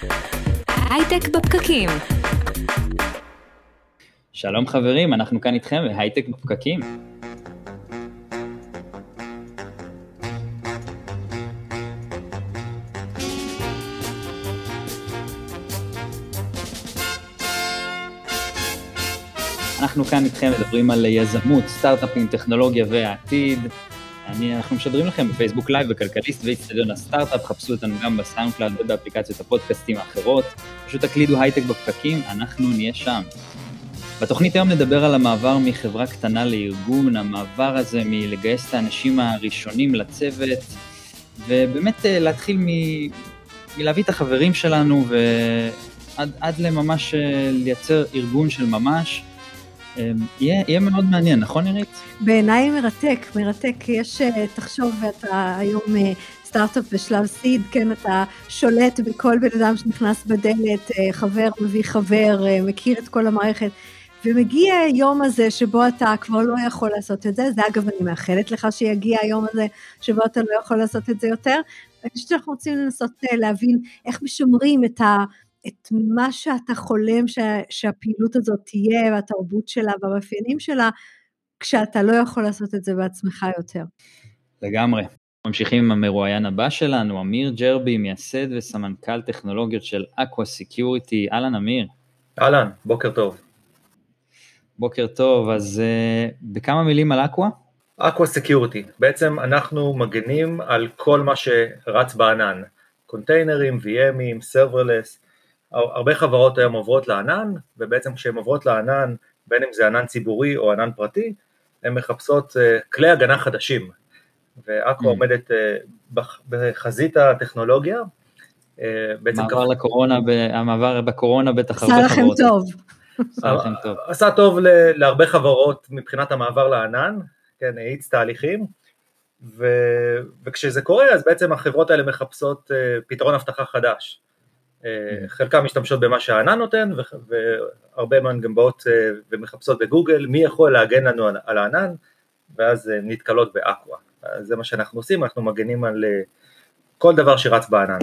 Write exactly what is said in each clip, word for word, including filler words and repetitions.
הייטק בפקקים. שלום חברים, אנחנו כאן איתכם בהייטק בפקקים. אנחנו כאן איתכם מדברים על יזמות, סטארט-אפים, טכנולוגיה והעתיד. אני, אנחנו משדרים לכם בפייסבוק לייב, בכלכליסט ואיצטדיון הסטארט-אפ, חפשו אותנו גם בסאונדקלאוד ובאפליקציות הפודקאסטים האחרות. פשוט תקלידו הייטק בפקקים, אנחנו נהיה שם. בתוכנית היום נדבר על המעבר מחברה קטנה לארגון, המעבר הזה מלגייס את האנשים הראשונים לצוות, ובאמת להתחיל מ... מלהביא את החברים שלנו ועד עד לממש לייצר ארגון של ממש. יהיה, יהיה מאוד מעניין, נכון עירית? בעיניי מרתק, מרתק, יש, תחשוב, ואתה היום סטארט-אפ בשלב סיד, כן, אתה שולט בכל בן אדם שנכנס בדלת, חבר מביא חבר, מכיר את כל המערכת, ומגיע היום הזה שבו אתה כבר לא יכול לעשות את זה, זה אגב אני מאחלת לך שיגיע היום הזה שבו אתה לא יכול לעשות את זה יותר, אני חושבת שאנחנו רוצים לנסות להבין איך משמרים את ה... את מה שאתה חולם שה, שהפעילות הזאת תהיה, והתרבות שלה והמאפיינים שלה, כשאתה לא יכול לעשות את זה בעצמך יותר. לגמרי. ממשיכים עם המרואיין הבא שלנו, אמיר ג'רבי, מייסד וסמנכ"ל טכנולוגיות של Aqua Security. אהלן אמיר. אהלן, בוקר טוב. בוקר טוב, אז uh, בכמה מילים על Aqua? Aqua Security, בעצם אנחנו מגנים על כל מה שרץ בענן, קונטיינרים, וי אמים, serverless, הרבה חברות היום עוברות לענן, ובעצם כשהן עוברות לענן, בין אם זה ענן ציבורי או ענן פרטי, הן מחפשות כלי הגנה חדשים, ואקווה mm. עומדת בחזית הטכנולוגיה. מעבר לקורונה, המעבר בקורונה בטח הרבה חברות. עשה לכם טוב. עשה לכם טוב. עשה טוב להרבה חברות מבחינת המעבר לענן, כן, האיץ תהליכים, ו... וכשזה קורה, אז בעצם החברות האלה מחפשות פתרון הבטחה חדש. חלקם משתמשות במה שהענן נותן, והרבה מהן גם באות ומחפשות בגוגל, מי יכול להגן לנו על הענן, ואז נתקלות באקווה. זה מה שאנחנו עושים, אנחנו מגנים על כל דבר שרץ בענן.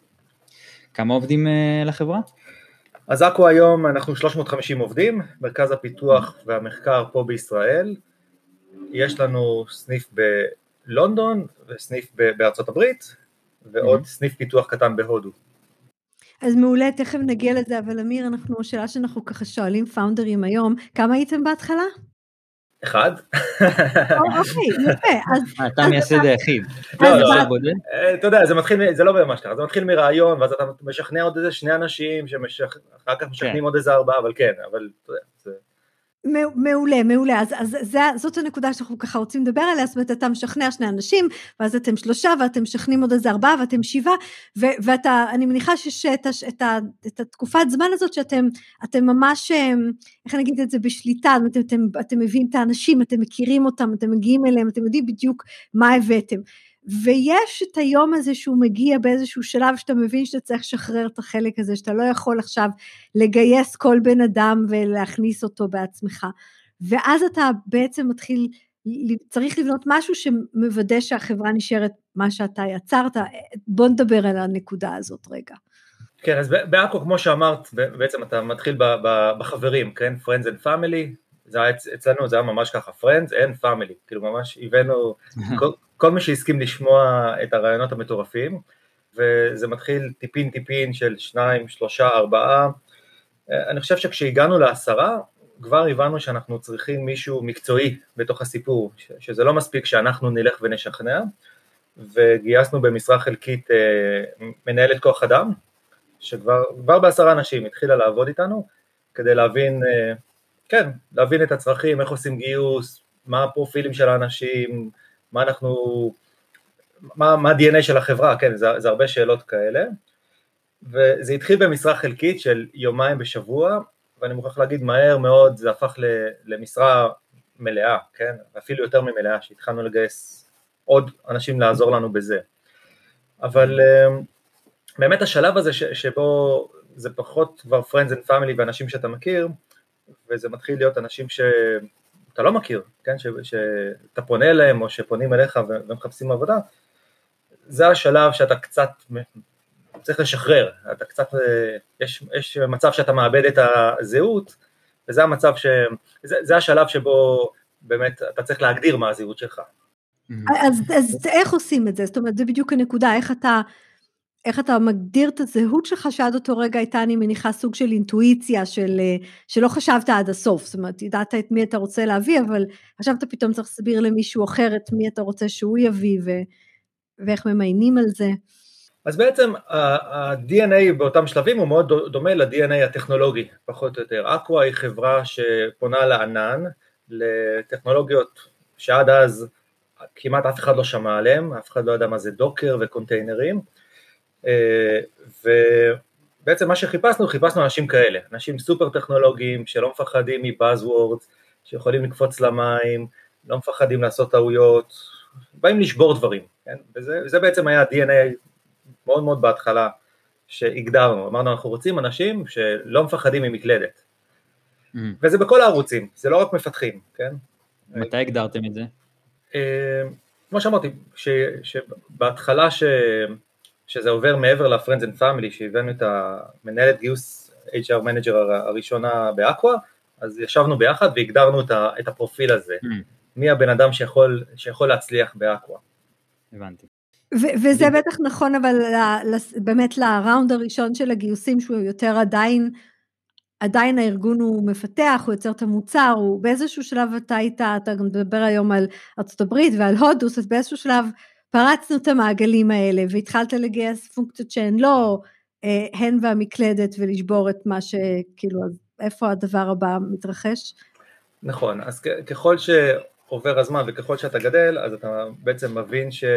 כמה עובדים לחברה? אז אקווה היום אנחנו שלוש מאות וחמישים עובדים, מרכז הפיתוח והמחקר פה בישראל, יש לנו סניף בלונדון, וסניף בארצות הברית, ועוד סניף פיתוח קטן בהודו. אז מעולה, תכף נגיע לזה, אבל אמיר, אנחנו, שאלה שאנחנו ככה שואלים פאונדרים היום, כמה הייתם בהתחלה? אחד. אוקיי, יפה. אתה מייסד היחיד. לא, לא, אתה יודע, זה מתחיל, זה לא ממש ככה, זה מתחיל מרעיון, ואז אתה משכנע עוד איזה שני אנשים, שאחר כך משכנעים עוד איזה ארבעה, אבל כן, אבל אתה יודע, זה... מעולה, מעולה, אז, אז זה, זאת הנקודה שאנחנו ככה רוצים לדבר עליה, זאת אומרת, אתה משכנע שני אנשים, ואז אתם שלושה, ואתם משכנעים עוד איזה ארבעה, ואתם שבעה, ו, ואתה, אני מניחה שיש את, את, את התקופת זמן הזאת, שאתם, אתם ממש, איך אני אגיד את זה, בשליטה, אתם, אתם, אתם מביאים את האנשים, אתם מכירים אותם, אתם מגיעים אליהם, אתם יודעים בדיוק מה הבאתם, ויש את היום הזה שהוא מגיע באיזשהו שלב שאתה מבין שאתה צריך לשחרר את החלק הזה, שאתה לא יכול עכשיו לגייס כל בן אדם ולהכניס אותו בעצמך, ואז אתה בעצם מתחיל, צריך לבנות משהו שמוודא שהחברה נשארת מה שאתה יצרת. בוא נדבר על הנקודה הזאת רגע. כן, אז באקווה כמו שאמרת, בעצם אתה מתחיל בחברים, כן, friends and family, זה היה, אצלנו זה היה ממש ככה, friends and family, כאילו ממש הבאנו כל, כל מי שהסכים לשמוע את הרעיונות המטורפים, וזה מתחיל טיפין טיפין של שניים, שלושה, ארבעה, אני חושב שכשהגענו לעשרה, כבר הבנו שאנחנו צריכים מישהו מקצועי בתוך הסיפור, שזה לא מספיק שאנחנו נלך ונשכנע, וגייסנו במשרה חלקית מנהלת כוח אדם, שכבר כבר בעשרה אנשים התחילה לעבוד איתנו, כדי להבין, כן, להבין את הצרכים, איך עושים גיוס, מה הפרופילים של האנשים, מה אנחנו, מה, מה ה-די אן איי של החברה, כן, זה, זה הרבה שאלות כאלה, וזה התחיל במשרה חלקית של יומיים בשבוע, ואני מוכרח להגיד מהר מאוד, זה הפך למשרה מלאה, כן, אפילו יותר ממלאה, שהתחלנו לגייס עוד אנשים לעזור לנו בזה, אבל באמת השלב הזה שבו זה פחות כבר friends and family ואנשים שאתה מכיר, וזה מתחיל להיות אנשים שאתה לא מכיר, כן? שאתה פונה אליהם או שפונים אליך ומחפשים עבודה, זה השלב שאתה קצת צריך לשחרר, אתה קצת, יש, יש מצב שאתה מאבד את הזהות, וזה המצב ש... זה, זה השלב שבו באמת אתה צריך להגדיר מה הזהות שלך. אז, אז איך עושים את זה? זאת אומרת, זה בדיוק הנקודה, איך אתה, איך אתה מגדיר את הזהות שלך, שעד אותו רגע הייתה, אני מניחה, סוג של אינטואיציה, של, שלא חשבת עד הסוף, זאת אומרת, ידעת את מי אתה רוצה להביא, אבל עכשיו אתה פתאום צריך להסביר למישהו אחר, את מי אתה רוצה שהוא יביא, ו, ואיך ממיינים על זה. אז בעצם ה-די אן איי באותם שלבים הוא מאוד דומה ל-די אן איי הטכנולוגי, פחות או יותר. אקווה היא חברה שפונה לענן, לטכנולוגיות שעד אז כמעט אף אחד לא שמע עליהם, אף אחד לא יודע מה זה דוקר וקונטיינרים, ובעצם מה שחיפשנו, חיפשנו אנשים כאלה, אנשים סופר טכנולוגיים שלא מפחדים מבאזוורדס, שיכולים לקפוץ למים, לא מפחדים לעשות טעויות, באים לשבור דברים, כן? וזה, וזה בעצם היה ה-די אן איי מאוד מאוד בהתחלה שהגדרנו, אמרנו אנחנו רוצים אנשים שלא מפחדים ממקלדת, mm. וזה בכל הערוצים, זה לא רק מפתחים, כן? מתי הגדרתם את זה? כמו שאמרתי, שבהתחלה ש... שזה עובר מעבר ל-Friends and Family, שהבאנו את המנהלת גיוס אייץ' אר מנג'ר הראשונה באקווה, אז ישבנו ביחד והגדרנו את הפרופיל הזה, mm. מי הבן אדם שיכול, שיכול להצליח באקווה. הבנתי. וזה בטח נכון, אבל באמת לראונד הראשון של הגיוסים, שהוא יותר עדיין, עדיין הארגון הוא מפתח, הוא יוצר את המוצר, הוא באיזשהו שלב אתה היית, אתה גם מדבר היום על ארצות הברית ועל הודוס, אז באיזשהו שלב פרצנו את המעגלים האלה, והתחלת לגייס פונקציות שהן לא הן והמקלדת, ולשבור את מה שכאילו, איפה הדבר הבא מתרחש? נכון, אז ככל שעובר הזמן וככל שאתה גדל, אז אתה בעצם מבין ש...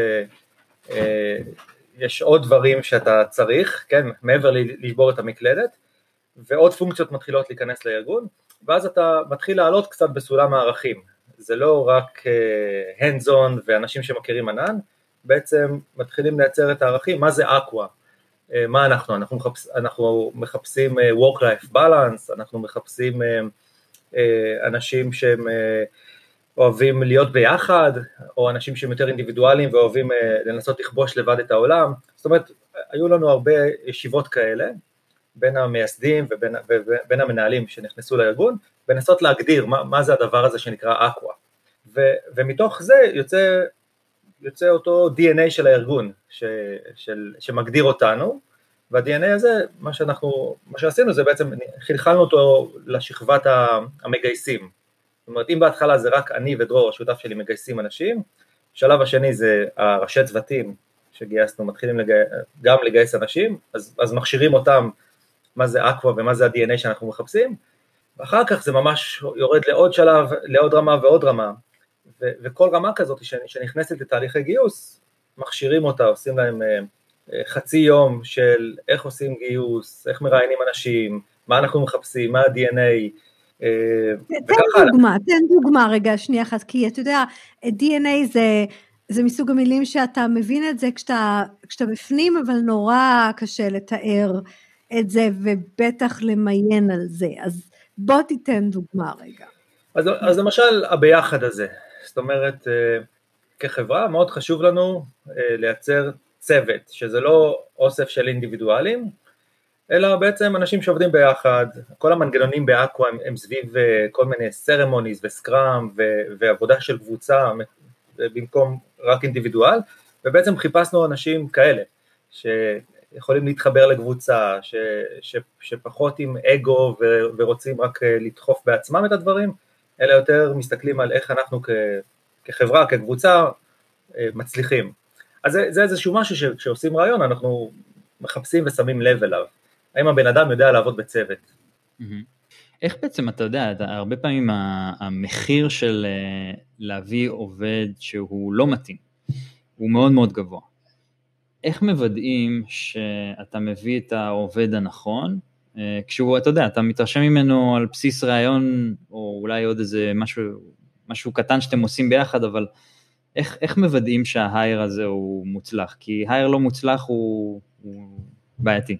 יש עוד דברים שאתה צריך, כן, מעבר לשבור את המקלדת, ועוד פונקציות מתחילות להיכנס לארגון, ואז אתה מתחיל לעלות קצת בסולם הערכים, זה לא רק hands on ואנשים שמכירים ענן, בעצם מתחילים לייצר את הערכים, מה זה אקווה, מה אנחנו, אנחנו, מחפש, אנחנו מחפשים work-life balance, אנחנו מחפשים אנשים שהם אוהבים להיות ביחד, או אנשים שהם יותר אינדיבידואליים ואוהבים לנסות לכבוש לבד את העולם, זאת אומרת, היו לנו הרבה ישיבות כאלה, בין המייסדים ובין, ובין המנהלים שנכנסו לארגון, ונסות להגדיר מה, מה זה הדבר הזה שנקרא אקווה, ו, ומתוך זה יוצא, יוצא אותו די אן איי של הארגון, ש, של, שמגדיר אותנו, וה-די אן איי הזה, מה שאנחנו, מה שעשינו זה בעצם, חלחלנו אותו לשכבת המגייסים, זאת אומרת, אם בהתחלה זה רק אני ודרור, השותף שלי, מגייסים אנשים, שלב השני זה הראשי צוותים שגייסנו, מתחילים לגי... גם לגייס אנשים, אז, אז מכשירים אותם מה זה אקווה ומה זה ה-די אן איי שאנחנו מחפשים, ואחר כך זה ממש יורד לעוד שלב, לעוד רמה ועוד רמה, ו- וכל רמה כזאת שנכנסת לתהליכי גיוס, מכשירים אותה, עושים להם חצי יום של איך עושים גיוס, איך מראיינים אנשים, מה אנחנו מחפשים, מה ה-די אן איי, תן דוגמה, תן דוגמה רגע, שנייה אחת, כי אתה יודע, די אן איי זה, זה מסוג המילים שאתה מבין את זה כשאתה, כשאתה בפנים, אבל נורא קשה לתאר את זה, ובטח למיין על זה, אז בוא תיתן דוגמה רגע. אז, אז למשל, הביחד הזה, זאת אומרת, כחברה מאוד חשוב לנו לייצר צוות, שזה לא אוסף של אינדיבידואלים, אלא בעצם אנשים שעובדים ביחד, כל המנגנונים באקווה הם, הם סביב כל מיני סרמוניז וסקראם ועבודה של קבוצה במקום רק אינדיבידואל, ובעצם חיפשנו אנשים כאלה, שיכולים להתחבר לקבוצה, ש, ש, שפחות עם אגו ו, ורוצים רק לדחוף בעצמם את הדברים, אלא יותר מסתכלים על איך אנחנו כ, כחברה, כקבוצה, מצליחים. אז זה, זה איזשהו משהו ש, שעושים רעיון, אנחנו מחפשים ושמים לב אליו. האם הבן אדם יודע לעבוד בצוות? איך בעצם, אתה יודע, הרבה פעמים המחיר של להביא עובד שהוא לא מתאים, הוא מאוד מאוד גבוה. איך מוודאים שאתה מביא את העובד הנכון, כשהוא, אתה יודע, אתה מתרשם ממנו על בסיס רעיון, או אולי עוד איזה משהו, משהו קטן שאתם עושים ביחד, אבל איך, איך מוודאים שההייר הזה הוא מוצלח? כי הייר לא מוצלח הוא, הוא בעייתי.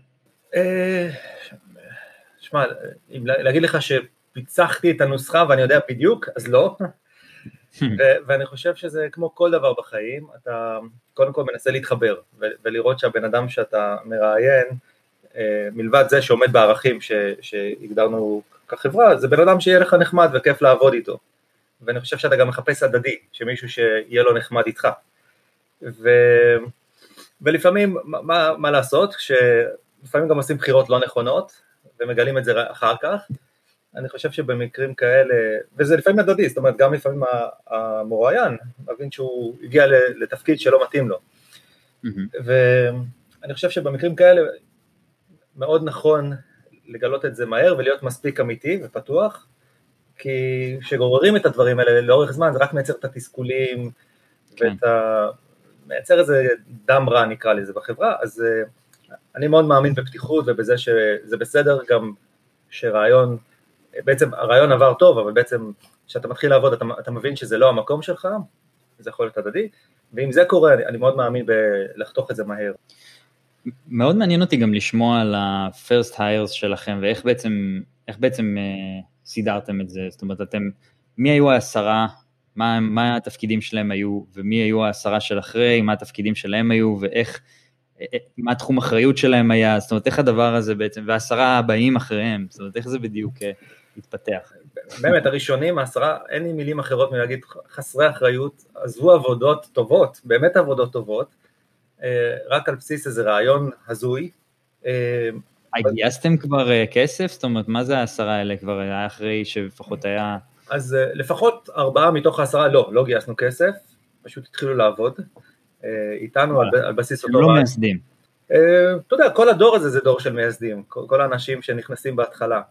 שמע, אם להגיד לך שפיצחתי את הנוסחה ואני יודע בדיוק, אז לא. ואני חושב שזה כמו כל דבר בחיים, אתה קודם כל מנסה להתחבר, ולראות שהבן אדם שאתה מראיין, מלבד זה שעומד בערכים שהגדרנו כחברה, זה בן אדם שיהיה לך נחמד וכיף לעבוד איתו, ואני חושב שאתה גם מחפש הדדי, שמישהו שיהיה לו נחמד איתך, ו... ולפעמים, מה, מה לעשות, שלפעמים גם עושים בחירות לא נכונות, ומגלים את זה אחר כך, אני חושב שבמקרים כאלה, וזה לפעמים הדדי, זאת אומרת, גם לפעמים המרואיין, מבין שהוא הגיע לתפקיד שלא מתאים לו, ואני חושב שבמקרים כאלה, מאוד נכון לגלות את זה מהר, ולהיות מספיק אמיתי ופתוח, כי כשגוררים את הדברים האלה לאורך זמן, זה רק מייצר את התסכולים, ואת ה... מייצר איזה דם רע נקרא לזה בחברה, אז אני מאוד מאמין בפתיחות, ובזה שזה בסדר גם שרעיון, בעצם הרעיון עבר טוב, אבל בעצם כשאתה מתחיל לעבוד, אתה, אתה מבין שזה לא המקום שלך, זה יכול להיות הדדי, ואם זה קורה, אני, אני מאוד מאמין בלחתוך את זה מהר. מאוד מעניין אותי גם לשמוע על ה-first hires שלכם, ואיך בעצם, איך בעצם uh, סידרתם את זה, זאת אומרת, אתם, מי היו העשרה, מה, מה התפקידים שלהם היו, ומי היו העשרה של אחרי, מה התפקידים שלהם היו, ואיך, מה התחום אחריות שלהם היה, זאת אומרת, איך הדבר הזה בעצם, והעשרה הבאים אחריהם, זאת אומרת, איך זה בדיוק התפתח? באמת, הראשונים, העשרה, אין לי מילים אחרות מלהגיד, חסרי אחריות, עזבו עבודות טובות, באמת עבודות טובות, רק על בסיס איזה רעיון הזוי. גייסתם כבר כסף? זאת אומרת, מה זה העשרה האלה כבר היה אחרי שלפחות היה... אז לפחות ארבעה מתוך העשרה, לא, לא גייסנו כסף, פשוט התחילו לעבוד, איתנו על בסיס אותו... הם לא מייסדים. אתה יודע, כל הדור הזה זה דור של מייסדים, כל האנשים שנכנסים בהתחלה.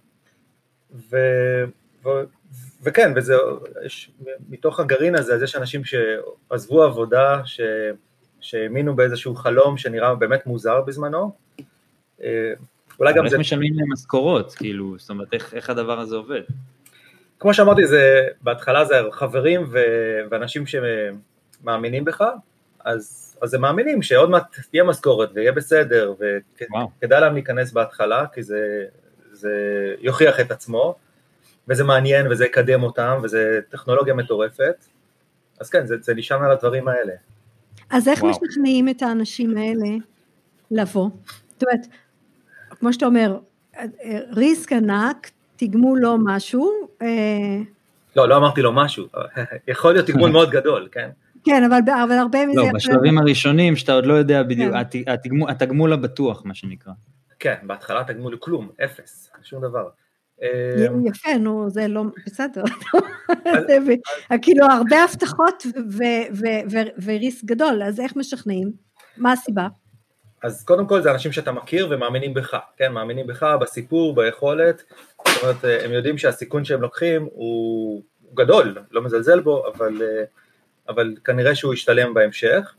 וכן, וזה, מתוך הגרעין הזה, אז יש אנשים שעזבו עבודה, שהאמינו באיזשהו חלום שנראה באמת מוזר בזמנו. אולי גם זה... איך משלמים להם משכורות, כאילו, זאת אומרת, איך הדבר הזה עובד? כמו שאמרתי, זה, בהתחלה זה חברים ואנשים שמאמינים בך, אז, אז הם מאמינים שעוד מעט תהיה משכורת ויהיה בסדר, וכדאי להם להיכנס בהתחלה, כי זה, זה יוכיח את עצמו, וזה מעניין וזה יקדם אותם, וזה טכנולוגיה מטורפת, אז כן, זה, זה נשען על הדברים האלה. אז איך וואו. משכנעים את האנשים האלה לבוא? זאת אומרת, כמו שאתה אומר, ריסק ענק, תגמול לו משהו. לא, לא אמרתי לו משהו, יכול להיות תגמול מאוד גדול, כן? כן, אבל, אבל הרבה מזה... לא, בשלבים הראשונים שאתה עוד לא יודע בדיוק, התגמול, התגמול הבטוח, מה שנקרא. כן, בהתחלה תגמול לכלום, אפס, שום דבר. יפה, נו, זה לא, בסדר. כאילו, הרבה הבטחות וריסק גדול, אז איך משכנעים? מה הסיבה? אז קודם כל זה אנשים שאתה מכיר ומאמינים בך, כן, מאמינים בך בסיפור, ביכולת, זאת אומרת, הם יודעים שהסיכון שהם לוקחים הוא גדול, לא מזלזל בו, אבל, אבל כנראה שהוא ישתלם בהמשך,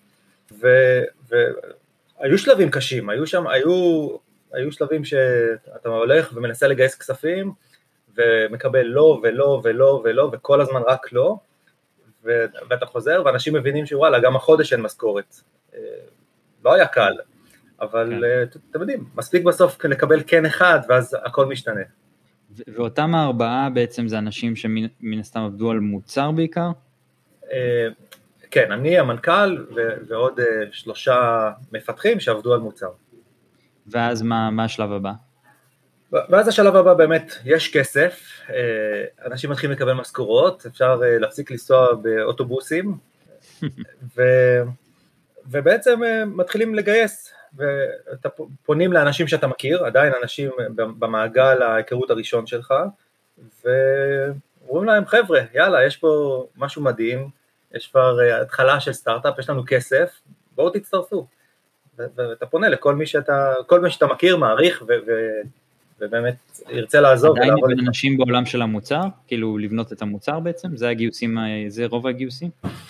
והיו שלבים קשים, היו שם, היו, היו שלבים שאתה הולך ומנסה לגייס כספים, ומקבל לא ולא ולא ולא, וכל הזמן רק לא, ואתה חוזר, ואנשים מבינים שוואלה, גם החודש אין משכורת, לא היה קל, אבל אתם יודעים, מספיק בסוף לקבל כן אחד, ואז הכל משתנה. ואותם הארבעה בעצם זה אנשים שמן הסתם עבדו על מוצר בעיקר? כן, אני המנכ"ל ועוד שלושה מפתחים שעבדו על מוצר. ואז מה, מה השלב הבא? ואז השלב הבא באמת, יש כסף, אנשים מתחילים לקבל משכורות, אפשר להפסיק לנסוע באוטובוסים, ו... ובעצם מתחילים לגייס, ואתה פונים לאנשים שאתה מכיר, עדיין אנשים במעגל ההיכרות הראשון שלך, ואומרים להם, חבר'ה, יאללה, יש פה משהו מדהים, יש כבר התחלה של סטארט-אפ, יש לנו כסף, בואו תצטרפו. ואתה פונה לכל מי שאתה, כל מי שאתה מכיר, מעריך, ו... ובאמת ירצה לעזוב. עדיין בין אנשים בעולם של המוצר, כאילו לבנות את המוצר בעצם, זה הגיוסים, זה רוב הגיוסים?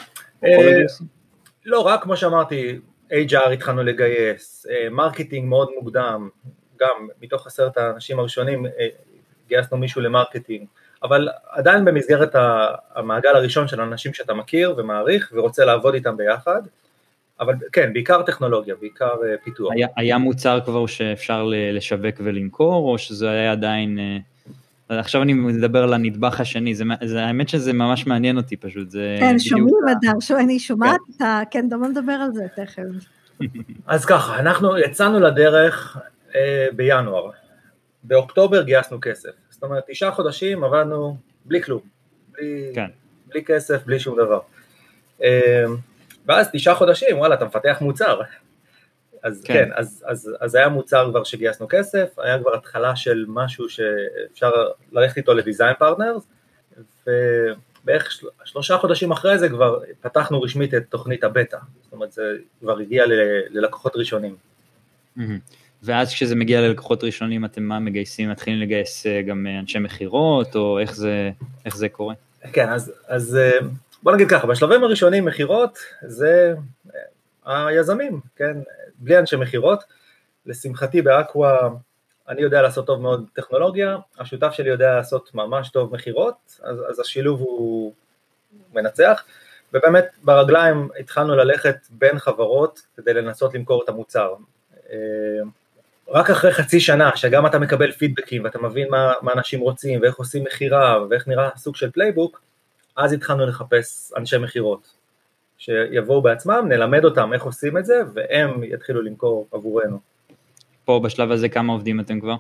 לא רק, כמו שאמרתי, אייץ' אר התחלנו לגייס, מרקטינג מאוד מוקדם, גם מתוך עשרת האנשים הראשונים גייסנו מישהו למרקטינג, אבל עדיין במסגרת המעגל הראשון של אנשים שאתה מכיר ומעריך ורוצה לעבוד איתם ביחד, אבל כן, בעיקר טכנולוגיה, בעיקר פיתוח. היה, היה מוצר כבר שאפשר לשווק ולמכור, או שזה היה עדיין עכשיו אני מדבר על הנדבך השני, זה, זה, האמת שזה ממש מעניין אותי פשוט, זה כן, בדיוק... שומעים אדר, אני שומעת את ה... כן, דומה לדבר על זה תכף. אז ככה, אנחנו יצאנו לדרך אה, בינואר, באוקטובר גייסנו כסף, זאת אומרת, תשעה חודשים עבדנו בלי כלום, בלי, כן. בלי כסף, בלי שום דבר. אה, ואז תשעה חודשים, וואלה, אתה מפתח מוצר. אז כן, כן אז, אז, אז היה מוצר כבר שגייסנו כסף, היה כבר התחלה של משהו שאפשר ללכת איתו לדיזיין פרטנרס, ובערך של, שלושה חודשים אחרי זה כבר פתחנו רשמית את תוכנית הבטא, זאת אומרת זה כבר הגיע ל, ללקוחות ראשונים. ואז כשזה מגיע ללקוחות ראשונים, אתם מה מגייסים, מתחילים לגייס גם אנשי מחירות, או איך זה, איך זה קורה? כן, אז, אז בוא נגיד ככה, בשלבים הראשונים מחירות זה היזמים, כן, בלי אנשי מחירות, לשמחתי באקווה אני יודע לעשות טוב מאוד טכנולוגיה, השותף שלי יודע לעשות ממש טוב מחירות, אז, אז השילוב הוא מנצח, ובאמת ברגליים התחלנו ללכת בין חברות כדי לנסות למכור את המוצר. רק אחרי חצי שנה, שגם אתה מקבל פידבקים, ואתה מבין מה, מה אנשים רוצים, ואיך עושים מחירה, ואיך נראה סוג של פלייבוק, אז התחלנו לחפש אנשי מחירות, שיבואו בעצמם, נלמד אותם איך עושים את זה, והם יתחילו למכור עבורנו. פה בשלב הזה כמה עובדים אתם כבר?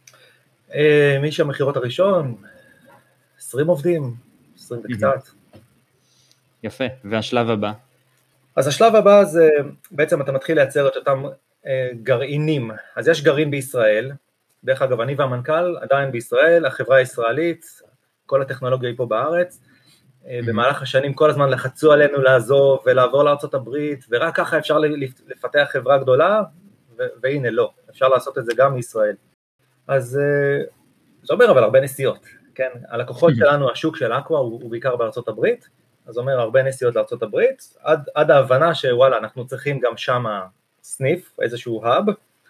מי שהמחירות הראשון, עשרים עובדים, עשרים וקצת. יפה, והשלב הבא? אז השלב הבא זה, בעצם אתה מתחיל לייצר את אותם גרעינים, אז יש גרעין בישראל, דרך אגב אני והמנכ"ל עדיין בישראל, החברה הישראלית, כל הטכנולוגיה היא פה בארץ, במהלך השנים כל הזמן לחצו עלינו לעזוב ולעבור לארצות הברית, ורק ככה אפשר לפתח חברה גדולה, והנה לא, אפשר לעשות את זה גם בישראל. אז זה אומר אבל הרבה נסיעות, כן? הלקוחות שלנו, השוק של אקווה הוא, הוא בעיקר בארצות הברית, אז אומר הרבה נסיעות לארצות הברית, עד, עד ההבנה שוואלה אנחנו צריכים גם שמה סניף, איזשהו האב,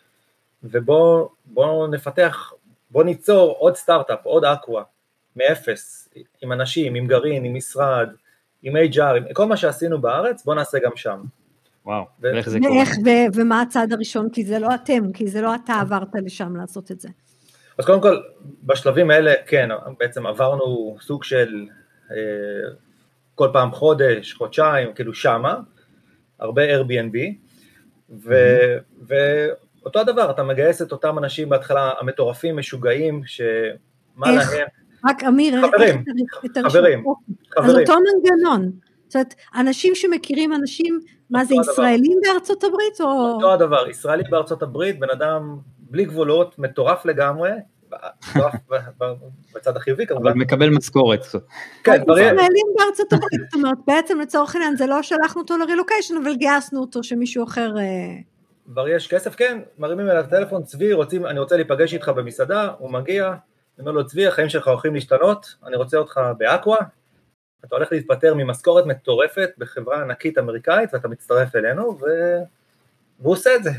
ובוא בוא נפתח, בוא ניצור עוד סטארט-אפ, עוד אקווה, מאפס, עם אנשים, עם גרעין, עם משרד, עם אייץ' אר, עם כל מה שעשינו בארץ, בוא נעשה גם שם. וואו, ו- ואיך זה קורה? ו- ומה הצעד הראשון? כי זה לא אתם, כי זה לא אתה עברת לשם לעשות את זה. אז קודם כל, בשלבים האלה, כן, בעצם עברנו סוג של אה, כל פעם חודש, חודשיים, כאילו שמה, הרבה Airbnb, ו- mm-hmm. ואותו הדבר, אתה מגייס את אותם אנשים בהתחלה המטורפים, משוגעים, שמה איך? להם? רק אמיר, חברים, חברים, אז אותו מנגנון, זאת אומרת, אנשים שמכירים אנשים, מה זה, ישראלים בארצות הברית? אותו הדבר, ישראלי בארצות הברית, בן אדם בלי גבולות, מטורף לגמרי, בצד החיובי כמובן. אבל מקבל משכורת. כן, ישראלים בארצות הברית, זאת אומרת, בעצם לצורך העניין, זה לא שלחנו אותו לרילוקיישן, אבל גייסנו אותו שמישהו אחר... כבר יש כסף, כן, מרימים אליו טלפון, צבי, אני רוצה להיפגש איתך במסעדה, הוא מגיע, אני אומר לו, צבי, החיים שלך הולכים להשתנות, אני רוצה אותך באקווה, אתה הולך להתפטר ממשכורת מטורפת בחברה ענקית אמריקאית, ואתה מצטרף אלינו, והוא עושה את זה.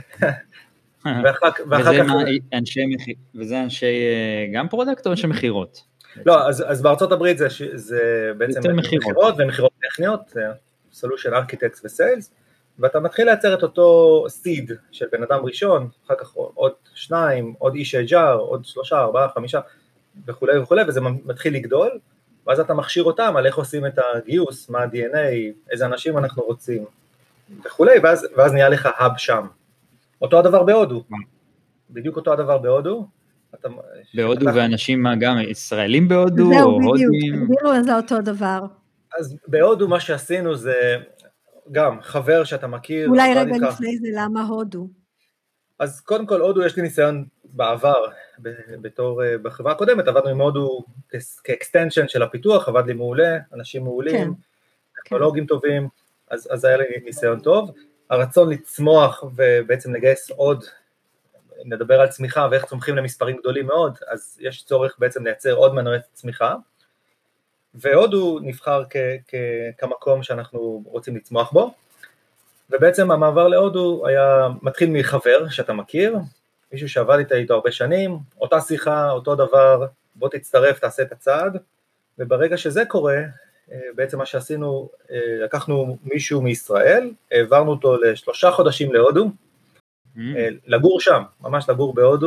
וזה אנשי גם פרודקט או אנשי מחירות? לא, אז בארצות הברית זה בעצם מחירות ומחירות טכניות, solution architects וסיילס, ואתה מתחיל לייצר את אותו סיד של בן אדם ראשון, אחר כך עוד שניים, עוד איש אייץ' אר, עוד שלושה, ארבעה, חמישה, וכו' וכו', וזה מתחיל לגדול, ואז אתה מכשיר אותם על איך עושים את הגיוס, מה ה-די אן איי, איזה אנשים אנחנו רוצים, וכו', ואז, ואז נהיה לך האב שם. אותו הדבר בהודו, בדיוק אותו הדבר בהודו. אתה, בהודו שאתה... ואנשים גם ישראלים בהודו, זהו, או בדיוק, הודים. בדיוק, זה אותו דבר. אז בהודו מה שעשינו זה, גם חבר שאתה מכיר. אולי רגע איתך... לפני זה, למה הודו? אז קודם כל הודו יש לי ניסיון בעבר, בתור, בחברה הקודמת, עבדנו עם הודו כאקסטנשן של הפיתוח, עבד לי מעולה, אנשים מעולים, כן. טכנולוגים כן. טובים, אז, אז היה לי ניסיון טוב, הרצון לצמוח ובעצם לגייס עוד, נדבר על צמיחה ואיך צומחים למספרים גדולים מאוד, אז יש צורך בעצם לייצר עוד מנועי צמיחה, והודו נבחר כ, כ, כמקום שאנחנו רוצים לצמוח בו, ובעצם המעבר להודו היה מתחיל מחבר שאתה מכיר, מישהו שעבד איתה איתו הרבה שנים, אותה שיחה, אותו דבר, בוא תצטרף, תעשה את הצעד, וברגע שזה קורה, בעצם מה שעשינו, לקחנו מישהו מישראל, העברנו אותו לשלושה חודשים להודו, לגור שם, ממש לגור בהודו,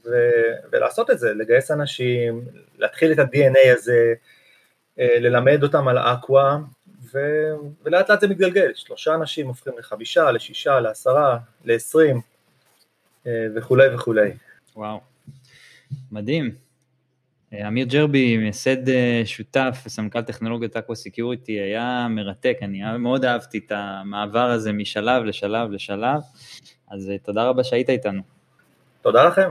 ו- ולעשות את זה, לגייס אנשים, להתחיל את ה-די אן איי הזה, ללמד אותם על אקווה, ו- ולאט לאט זה מתגלגל, שלושה אנשים הופכים לחמישה, לשישה, לעשרה, לעשרים, וכולי וכולי. וואו, מדהים. אמיר ג'רבי, מייסד שותף וסמנכ"ל טכנולוגיות אקווה סקיוריטי, היה מרתק, אני מאוד אהבתי את המעבר הזה משלב לשלב לשלב, אז תודה רבה שהיית איתנו. תודה לכם.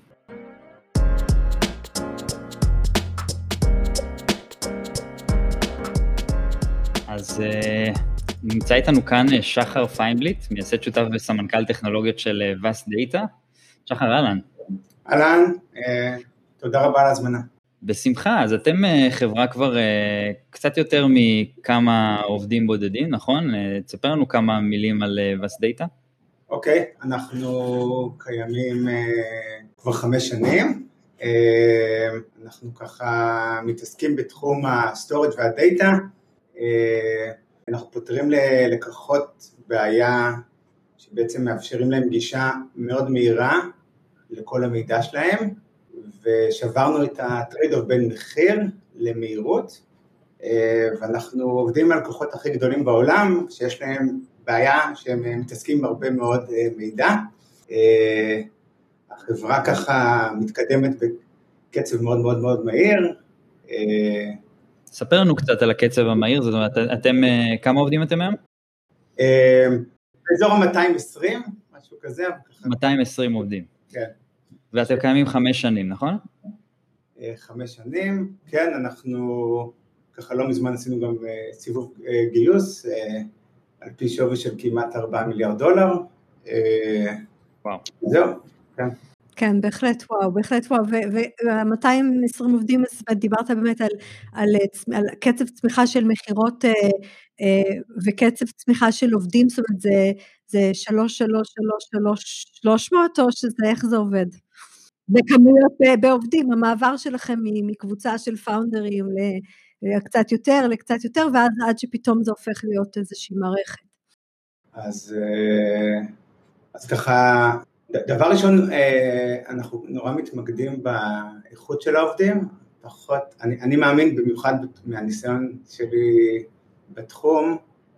אז נמצא איתנו כאן שחר פיינבליט, מייסד שותף וסמנכ"ל טכנולוגיות של Vast Data. שחר, אהלן. אהלן, תודה רבה על ההזמנה. בשמחה, אז אתם חברה כבר קצת יותר מכמה עובדים בודדים, נכון? תספר לנו כמה מילים על Vast Data. אוקיי, אנחנו קיימים כבר חמש שנים, אנחנו ככה מתעסקים בתחום הסטורג' והדאטה, אנחנו פותרים ללקוחות בעיה שבעצם מאפשרים להם גישה מאוד מהירה לכל המידע שלהם, ושברנו את הטרייד-אוף בין מחיר למהירות, ואנחנו עובדים על לקוחות הכי גדולים בעולם, שיש להם בעיה שהם מתעסקים הרבה מאוד מידע. החברה ככה מתקדמת בקצב מאוד מאוד מאוד מהיר. ספר לנו קצת על הקצב המהיר, זאת אומרת, אתם, כמה עובדים אתם היום? באזור ה-מאתיים ועשרים, משהו כזה. מאתיים ועשרים עובדים. כן. ואתם קיימים חמש שנים, נכון? חמש שנים, כן, אנחנו ככה לא מזמן עשינו גם סיבוב גיוס, על פי שווי של כמעט ארבעה מיליארד דולר. וואו. זהו, כן. כן, בהחלט וואו, בהחלט וואו, ו-מאתיים ועשרים עובדים, דיברת באמת על, על, על קצב צמיחה של מחירות וקצב צמיחה של עובדים, זאת אומרת, זה, זה שלוש, שלוש, שלוש, שלוש, שלוש מאות, או שזה, איך זה עובד? בכמויות בעובדים, המעבר שלכם מקבוצה של פאונדרים לקצת יותר, לקצת יותר, ואז עד שפתאום זה הופך להיות איזושהי מערכת. אז, אז ככה, דבר ראשון, אנחנו נורא מתמקדים באיכות של העובדים, פחות, אני, אני מאמין במיוחד מהניסיון שלי בתחום,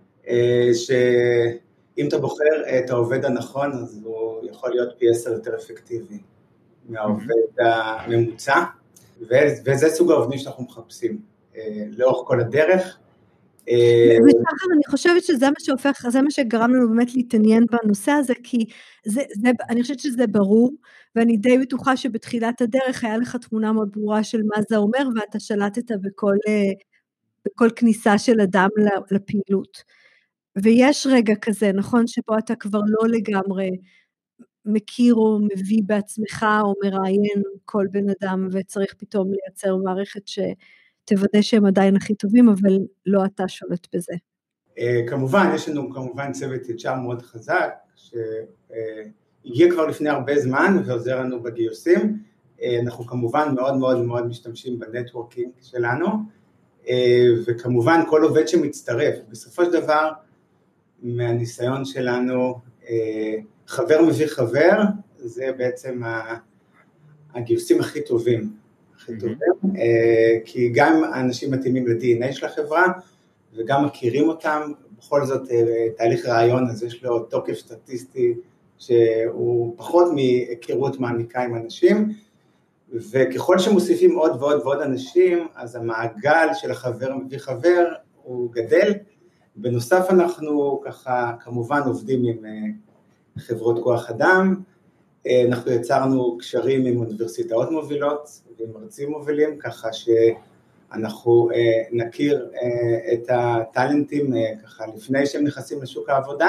שאם אתה בוחר את העובד הנכון, אז הוא יכול להיות פי עשר יותר אפקטיבי מהעובד הממוצע, וזה סוג העובדים שאנחנו מחפשים לאורך כל הדרך. ושחר, אני חושבת שזה מה שהופך, זה מה שגרם לנו באמת להתעניין בנושא הזה, כי זה, זה, אני חושבת שזה ברור, ואני די בטוחה שבתחילת הדרך היה לך תמונה מאוד ברורה של מה זה אומר, ואתה שלטת בכל, בכל כניסה של אדם לפעילות. ויש רגע כזה, נכון, שבו אתה כבר לא לגמרי מכיר או מביא בעצמך, או מראיין כל בן אדם, וצריך פתאום לייצר מערכת ש... תוודא שהם עדיין הכי טובים, אבל לא אתה שולט בזה. כמובן, יש לנו כמובן צוות אייץ' אר מאוד חזק, שהגיע כבר לפני הרבה זמן, ועוזר לנו בגיוסים. אנחנו כמובן מאוד מאוד מאוד משתמשים בנטוורקינג שלנו, וכמובן כל עובד שמצטרף, בסופו של דבר, מהניסיון שלנו, חבר מביא חבר, זה בעצם הגיוסים הכי טובים. הכי טובים, כי גם האנשים מתאימים ל-די אן איי של החברה, וגם מכירים אותם, בכל זאת תהליך רעיון, אז יש לו תוקף סטטיסטי, שהוא פחות מהיכרות מעמיקה עם אנשים, וככל שמוסיפים עוד ועוד ועוד אנשים, אז המעגל של החבר מביא חבר, הוא גדל. בנוסף אנחנו ככה כמובן עובדים עם חברות כוח אדם, אנחנו יצרנו קשרים עם אוניברסיטאות מובילות ועם מרצים מובילים, ככה שאנחנו נכיר את הטלנטים ככה לפני שהם נכנסים לשוק העבודה,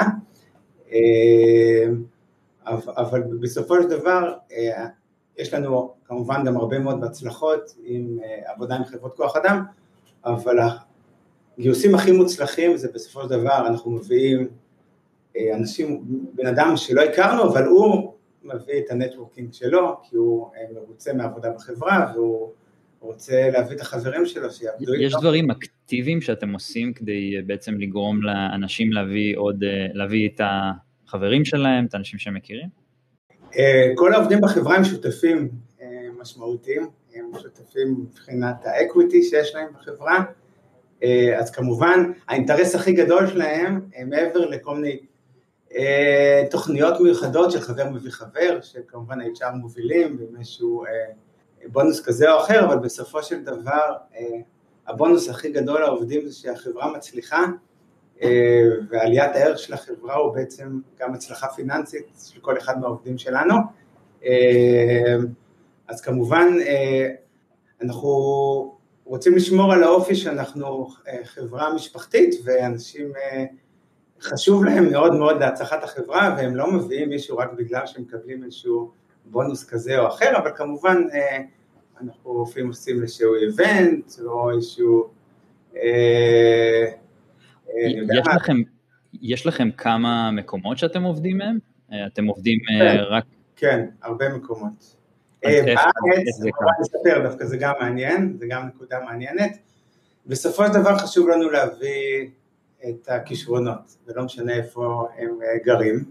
אבל בסופו של דבר יש לנו כמובן גם הרבה מאוד בהצלחות עם עבודה עם חברות כוח אדם, אבל הגיוסים הכי מוצלחים זה בסופו של דבר אנחנו מביאים אנשים, בן אדם שלא הכרנו, אבל הוא מביא את הנטוורקינג שלו, כי הוא מרוצה מעבודה בחברה, והוא רוצה להביא את החברים שלו שיעבדו איתו. יש דברים אקטיביים שאתם עושים כדי בעצם לגרום לאנשים להביא עוד, להביא את החברים שלהם, את האנשים שהם מכירים? כל העובדים בחברה הם שותפים משמעותיים, הם שותפים מבחינת האקוויטי שיש להם בחברה, אז כמובן האינטרס הכי גדול שלהם, מעבר לכל מיני תוכניות מיוחדות של חבר מביא חבר, שכמובן ה-אייץ' אר מובילים במשהו בונוס כזה או אחר, אבל בסופו של דבר הבונוס הכי גדול לעובדים זה שהחברה מצליחה, ועליית הערך של החברה הוא בעצם גם הצלחה פיננסית של כל אחד מהעובדים שלנו, אז כמובן אנחנו רוצים לשמור על האופי שאנחנו חברה משפחתית, ואנשים חשוב להם מאוד מאוד להצלחת החברה, והם לא מביאים מישהו רק בגלל שהם מקבלים איזשהו בונוס כזה או אחר, אבל כמובן אנחנו לפעמים עושים איזשהו איבנט, או איזשהו... יש לכם, יש לכם כמה מקומות שאתם עובדים מהם? אתם עובדים רק... כן, הרבה מקומות. בארץ, אני אספר דווקא, זה גם מעניין, זה גם נקודה מעניינת. בסופו של דבר חשוב לנו להביא את הכישרונות, ולא משנה איפה הם גרים.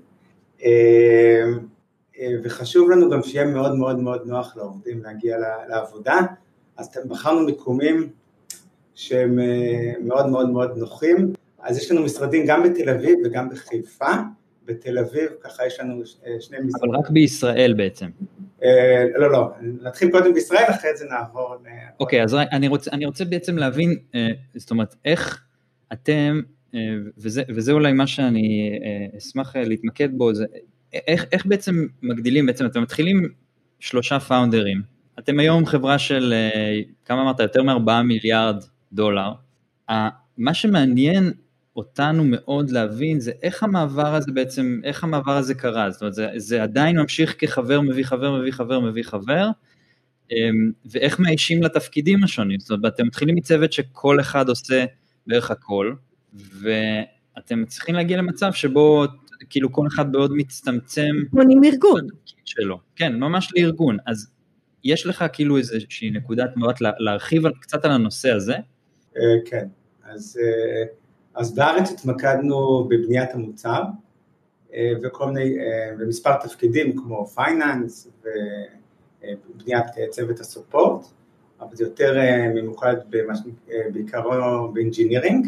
וחשוב לנו גם שיהיה מאוד מאוד מאוד נוח לעובדים להגיע לעבודה, אז בחרנו מיקומים שהם מאוד מאוד מאוד נוחים, אז יש לנו משרדים גם בתל אביב וגם בחיפה, בתל אביב ככה יש לנו שני משרדים. אבל רק בישראל בעצם. לא, לא, נתחיל קודם בישראל, אחרי זה נעבור. אוקיי, אז אני רוצה, אני רוצה בעצם להבין, זאת אומרת, איך אתם, וזה, וזה אולי מה שאני אשמח להתמקד בו, זה איך, איך בעצם מגדילים, בעצם אתם מתחילים שלושה פאונדרים, אתם היום חברה של, כמה אמרת, יותר מארבעה מיליארד דולר, מה שמעניין אותנו מאוד להבין, זה איך המעבר הזה בעצם, איך המעבר הזה קרה, זאת אומרת, זה, זה עדיין ממשיך כחבר מביא חבר, מביא חבר, מביא חבר, ואיך מאיישים לתפקידים השונים, זאת אומרת, אתם מתחילים מצוות שכל אחד עושה בערך הכל, ואתם צריכים להגיע למצב שבו, כאילו כל אחד בעוד מצטמצם, בונים ארגון. שלו. כן, ממש לארגון. אז יש לך כאילו איזושהי נקודת מבט להרחיב קצת על הנושא הזה? כן, אז, אז בארץ התמקדנו בבניית המוצר, וכל מיני, במספר תפקידים כמו פייננס, ובניית צוות הסופורט, אבל זה יותר ממוקד בעיקרו באנג'ינירינג,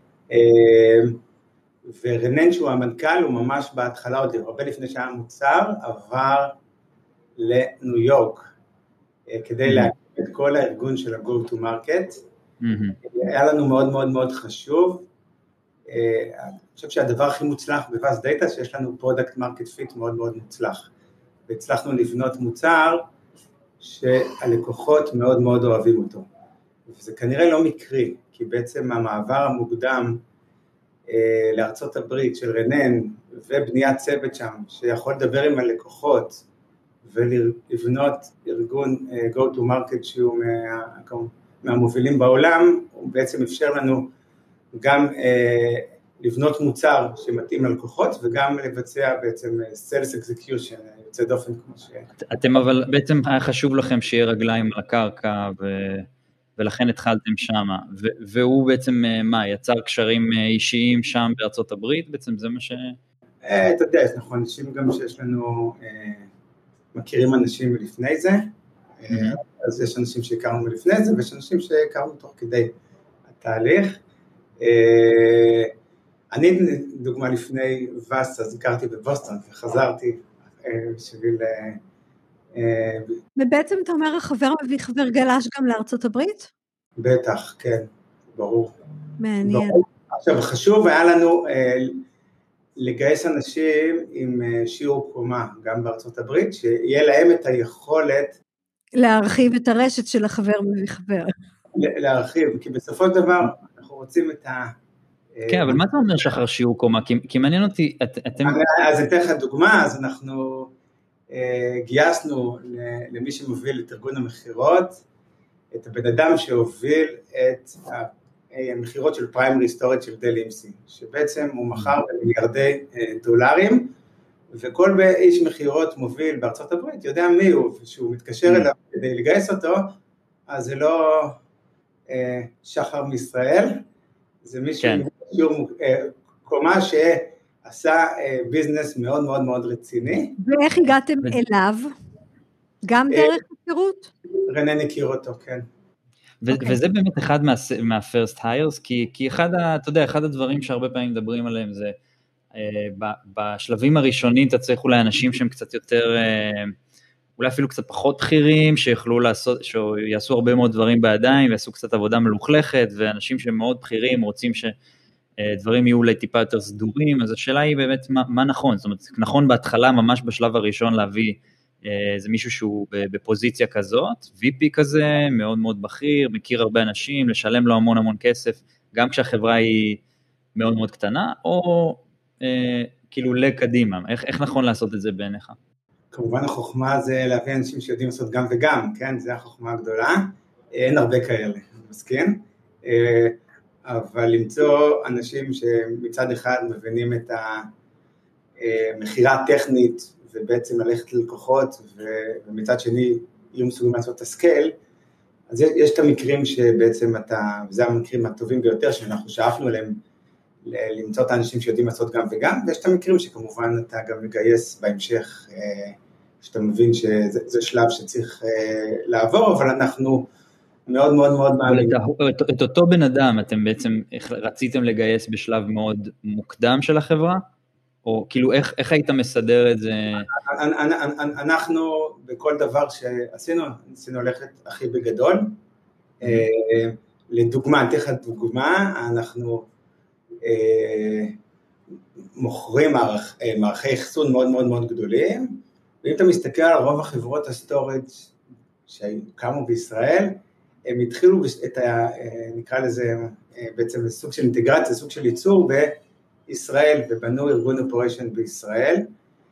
ורנן שהוא המנכ"ל, הוא ממש בהתחלה, עוד הרבה לפני שהיה מוצר, עבר לניו יורק, כדי להקים את כל הארגון של ה-Go to Market, היה לנו מאוד מאוד מאוד חשוב, אני חושב שהדבר הכי מוצלח בוואס דאטה, שיש לנו פרודקט מרקט פיט מאוד מאוד מוצלח, והצלחנו לבנות מוצר, שהלקוחות מאוד מאוד אוהבים אותו, וזה כנראה לא מקרי, כי בעצם המעבר המוקדם, לארצות הברית של רנן ובניית צוות שם, שיכול לדבר עם הלקוחות ולבנות ארגון Go to Market שהוא מה, מהמובילים בעולם, הוא בעצם אפשר לנו גם לבנות מוצר שמתאים ללקוחות וגם לבצע בעצם Sales Execution, יוצא דופן כמו ש... אתם אבל בעצם היה חשוב לכם שיהיה רגליים על הקרקע ו... ולכן התחלתם שם, והוא בעצם מה, יצר קשרים אישיים שם בארצות הברית, בעצם זה מה ש... אתה יודע, נכון, אנשים גם שיש לנו, מכירים אנשים מלפני זה, אז יש אנשים שהכרנו מלפני זה, ויש אנשים שהכרנו תוך כדי התהליך. אני, דוגמה לפני וואס, אז הכרתי בבוסטון, וחזרתי בשביל... ובעצם אתה אומר, החבר מביא חבר גלש גם לארצות הברית? בטח, כן, ברור. מעניין. ברור. עכשיו, חשוב היה לנו אה, לגייס אנשים עם אה, שיעור קומה, גם בארצות הברית, שיהיה להם את היכולת... להרחיב את הרשת של החבר מביא חבר. להרחיב, כי בסופו של דבר אנחנו רוצים את ה... כן, אבל מה אתה אומר שחר שיעור קומה? כי, כי מעניין אותי, את, אתם... אז אתן לך דוגמה, אז אנחנו... גייסנו למי שמוביל את ארגון המחירות, את הבן אדם שהוביל את המחירות של פריימרי סטורג' של דל אימסי, שבעצם הוא מכר במיליארדי דולרים, וכל איש מחירות מוביל בארצות הברית יודע מי הוא, ושהוא מתקשר אליו כדי לגייס אותו, אז זה לא שחר מישראל, זה מישהו שיעור קומה שה... עשה ביזנס מאוד מאוד מאוד רציני. ואיך הגעתם אליו? גם דרך הכירות? רנן הכיר אותו, כן. וזה באמת אחד מה-first hires, כי אחד, אתה יודע, אחד הדברים שהרבה פעמים מדברים עליהם זה, בשלבים הראשונים אתה צריך אולי אנשים שהם קצת יותר, אולי אפילו קצת פחות בכירים, שיוכלו לעשות, שיעשו הרבה מאוד דברים בידיים, ויעשו קצת עבודה מלוכלכת, ואנשים שהם מאוד בכירים רוצים שדברים יהיו אולי טיפה יותר סדורים, אז השאלה היא באמת מה, מה נכון, זאת אומרת, נכון בהתחלה, ממש בשלב הראשון להביא, זה מישהו שהוא בפוזיציה כזאת, וי פי כזה, מאוד מאוד בכיר, מכיר הרבה אנשים, לשלם לו המון המון כסף, גם כשהחברה היא מאוד מאוד קטנה, או אה, כאילו לקדימה, איך, איך נכון לעשות את זה בעיניך? כמובן החוכמה זה להביא אנשים שיודעים לעשות גם וגם, כן, זה החוכמה הגדולה, אין הרבה כאלה, אני מסכים, אבל למצוא אנשים שמצד אחד מבינים את המחירה הטכנית, ובעצם ללכת ללקוחות, ומצד שני יהיו מסוגלים לעשות את הסקייל, אז יש את המקרים שבעצם אתה, וזה המקרים הטובים ביותר, שאנחנו שאפנו אליהם, למצוא את האנשים שיודעים לעשות גם וגם, ויש את המקרים שכמובן אתה גם מגייס בהמשך, שאתה מבין שזה שלב שצריך לעבור, אבל אנחנו מאוד מאוד מאוד מאמינים. את אותו בן אדם אתם בעצם רציתם לגייס בשלב מאוד מוקדם של החברה? או כאילו איך, איך היית מסדר את זה? אנחנו בכל דבר שעשינו, ניסינו ללכת הכי בגדול, לדוגמה, אני אתן לך דוגמה, אנחנו מוכרים מערכי אחסון מאוד מאוד מאוד גדולים, ואם אתה מסתכל על רוב החברות הסטורג' שקמו בישראל, הם התחילו את ה, נקרא לזה בעצם סוג של אינטגרציה, סוג של ייצור בישראל, ובנו ארגון אופריישן בישראל.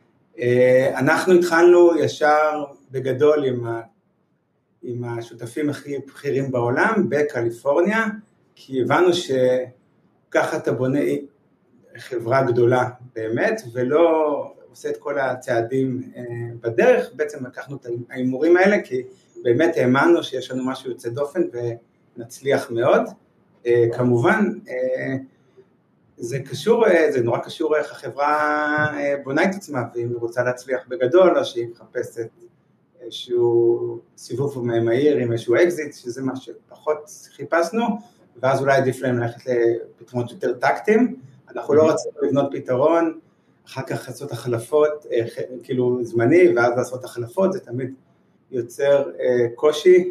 אנחנו התחלנו ישר בגדול עם, ה, עם השותפים הכי בכירים בעולם בקליפורניה, כי הבנו שככה אתה בונה חברה גדולה באמת, ולא עושה את כל הצעדים בדרך, בעצם לקחנו את האימורים האלה, כי באמת האמנו שיש לנו משהו יוצא דופן ונצליח מאוד. כמובן, זה קשור, זה נורא קשור איך החברה בונה את עצמה, ואם היא רוצה להצליח בגדול, או שהיא מחפשת איזשהו סיבוב מהיר עם איזשהו אקזיט, שזה מה שפחות חיפשנו, ואז אולי עדיף להם ללכת לפתרונות יותר טקטיים. אנחנו לא רצינו לבנות פתרון, אחר כך לעשות החלפות, כאילו זמני, ואז לעשות החלפות, זה תמיד יוצר קושי,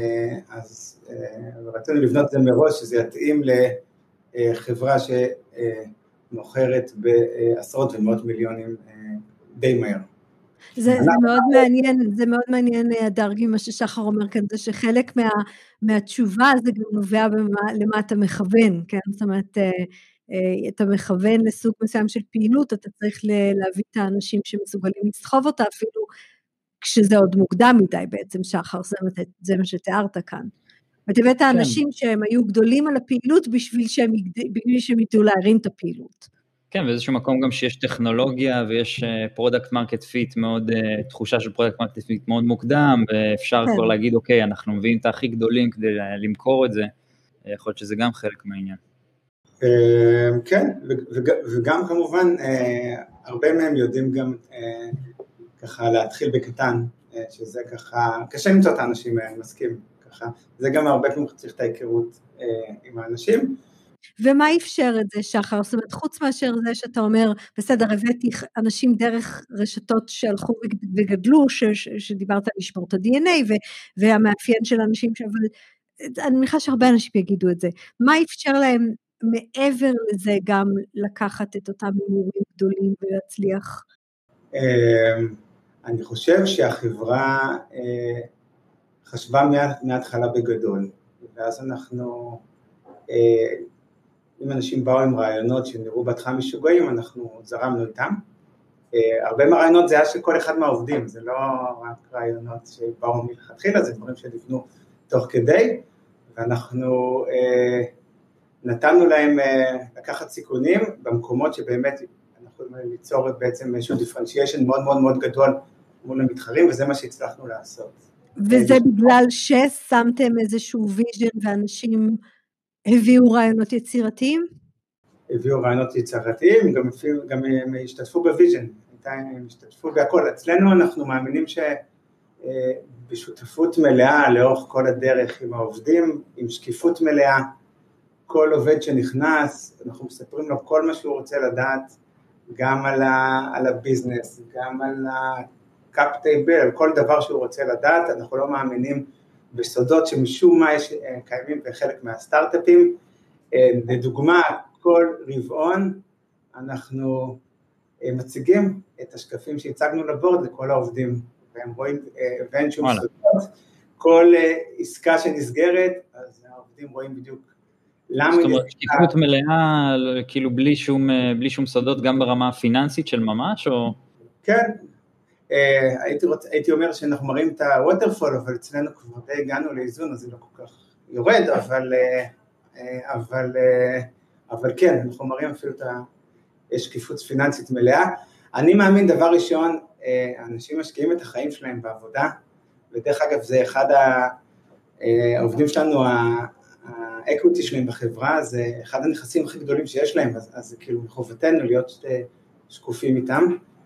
אז רצינו לבנות את זה מראש, שזה יתאים לחברה שמוכרת בעשרות ומאות מיליונים די מהר. זה, זה מאוד מעניין, זה מאוד מעניין הדרגי, מה ששחר אומר כאן, זה שחלק מה, מהתשובה זה גם נובע במה, למה אתה מכוון, כן? זאת אומרת, אתה מכוון לסוג מסוים של פעילות, אתה צריך להביא את האנשים שמסוגלים לסחוב אותה, אפילו כשזה עוד מוקדם מדי בעצם, שחר, זה, זה מה שתיארת כאן. ותבאת האנשים שהם היו גדולים על הפעילות, בשביל שהם, בשביל שהם ידעו להרים את הפעילות. כן, ואיזשהו מקום גם שיש טכנולוגיה, ויש פרודקט מרקט פיט מאוד, תחושה של פרודקט מרקט פיט מאוד מוקדם, ואפשר כבר להגיד, אוקיי, אנחנו מביאים את הכי גדולים כדי למכור את זה, יכול להיות שזה גם חלק מהעניין. כן, וגם כמובן, הרבה מהם יודעים גם ככה להתחיל בקטן, שזה ככה, קשה למצוא את האנשים האלה, אני מסכים ככה, זה גם הרבה פעמים צריך את ההיכרות עם האנשים. ומה אפשר את זה, שחר? זאת אומרת, חוץ מאשר זה שאתה אומר, בסדר, הבאתי אנשים דרך רשתות שהלכו וגדלו, שדיברת על לשבור את ה-די אן איי, והמאפיין של אנשים, אבל אני מניחה שהרבה אנשים יגידו את זה. מה אפשר להם מעבר לזה גם לקחת את אותם אימורים גדולים ולהצליח? אני חושב שהחברה חשבה מההתחלה בגדול, ואז אנחנו, אם אנשים באו עם רעיונות שנראו בהתחלה משוגעים, אנחנו זרמנו איתם. הרבה מהרעיונות זה היה של כל אחד מהעובדים, זה לא רק רעיונות שבאו מלכתחילה, זה דברים שנבנו תוך כדי, ואנחנו נתנו להם לקחת סיכונים במקומות שבאמת אנחנו יכולים ליצור בעצם איזשהו דיפרנציאשן מאוד מאוד מאוד גדול מול המתחרים, וזה מה שהצלחנו לעשות. וזה בגלל ששמתם איזשהו ויז'ן ואנשים הביאו רעיונות יצירתיים? הביאו רעיונות יצירתיים, גם, גם הם השתתפו בוויז'ן, הם השתתפו בהכל. אצלנו אנחנו מאמינים שבשותפות מלאה לאורך כל הדרך עם העובדים, עם שקיפות מלאה, כל עובד שנכנס, אנחנו מספרים לו כל מה שהוא רוצה לדעת, גם על, ה, על הביזנס, גם על הקאפ טייבל, על כל דבר שהוא רוצה לדעת. אנחנו לא מאמינים בסודות שמשום מה יש קיימים בחלק מהסטארט-אפים. לדוגמה, כל רבעון אנחנו מציגים את השקפים שהצגנו לבורד לכל העובדים, והם רואים, ואין שום סודות. כל עסקה שנסגרת, אז העובדים רואים בדיוק למה... זאת אומרת, שקיפות מלאה, כאילו בלי שום, בלי שום סודות, גם ברמה הפיננסית של ממש, או... כן, הייתי, רוצ... הייתי אומר שאנחנו מראים את הווטרפול, אבל אצלנו כבר די הגענו לאיזון, אז זה לא כל כך יורד, אבל, אבל, אבל כן, אנחנו מראים אפילו את השקיפות פיננסית מלאה. אני מאמין, דבר ראשון, אנשים משקיעים את החיים שלהם בעבודה, ודרך אגב זה אחד העובדים שלנו, האקוויטי שלהם בחברה, זה אחד הנכסים הכי גדולים שיש להם, אז, אז זה כאילו מחובתנו להיות שקופים איתם,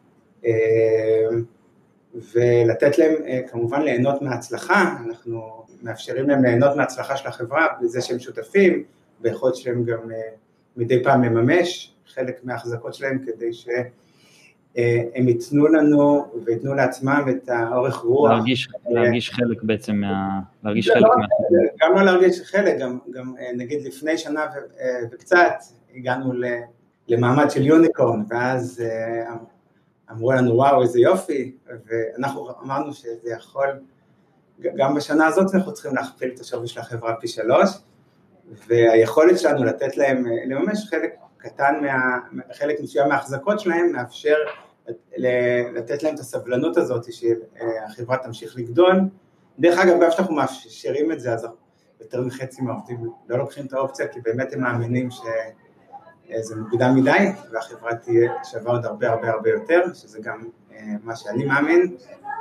ולתת להם כמובן ליהנות מההצלחה. אנחנו מאפשרים להם ליהנות מההצלחה של החברה, בזה שהם שותפים, ביכולת שלהם גם מדי פעם לממש חלק מההחזקות שלהם, כדי שהם ייתנו לנו ויתנו לעצמם את האורך רוח. להרגיש, להרגיש חלק בעצם, מה, להרגיש חלק מה... גם לא להרגיש חלק, גם, גם נגיד לפני שנה וקצת, הגענו למעמד של יוניקורן, ואז אמרו לנו וואו איזה יופי, ואנחנו אמרנו שזה יכול, גם בשנה הזאת אנחנו צריכים להכפיל את השווי של החברה פי שלוש, והיכולת שלנו לתת להם, לממש חלק קטן, מה, חלק מסוים מההחזקות שלהם, מאפשר לתת להם את הסבלנות הזאת, שהחברה תמשיך לגדול. דרך אגב, גם שאנחנו מאפשרים את זה, אז יותר מחצי מהעובדים לא לוקחים את האופציה, כי באמת הם מאמינים שזה מוקדם מדי, והחברה תהיה שווה עוד הרבה הרבה הרבה יותר, שזה גם מה שאני מאמין.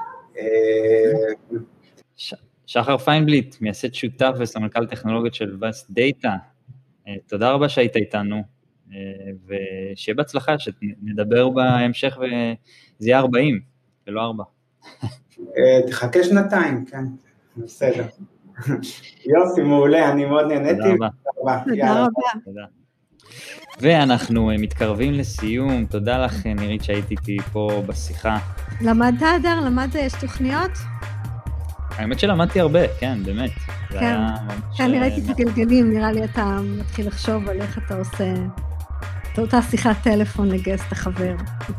שחר פיינבליט, מייסד שותף וסמנכ"ל טכנולוגיות של Vast Data, תודה רבה שהיית איתנו, ושיהיה בהצלחה, שנדבר בהמשך וזה יהיה ארבעים, ולא ארבע. תחכה שנתיים, כן, בסדר. יופי, מעולה, אני מאוד נהניתי. תודה רבה. תודה רבה. ואנחנו מתקרבים לסיום, תודה לך נירית שהיית איתי פה בשיחה. למדת אדר, למדת יש תוכניות? האמת שלמדתי הרבה, כן, באמת. כן, כן, אני ראיתי את הגלגלים, נראה לי אתה מתחיל לחשוב על איך אתה עושה, את אותה שיחת טלפון לגסט החבר.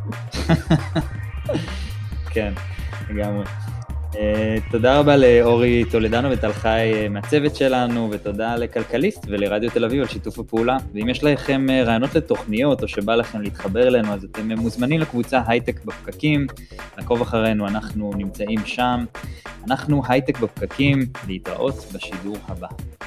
כן, לגמרי. תודה רבה לאורי טולדנו וטל חי מהצוות שלנו, ותודה לכלכליסט ולרדיו תל אביב על שיתוף הפעולה. ואם יש לכם רעיונות לתוכניות או שבא לכם להתחבר אלינו, אז אתם מוזמנים לקבוצה הייטק בפקקים, לעקוב אחרינו, אנחנו נמצאים שם. אנחנו הייטק בפקקים, להתראות בשידור הבא.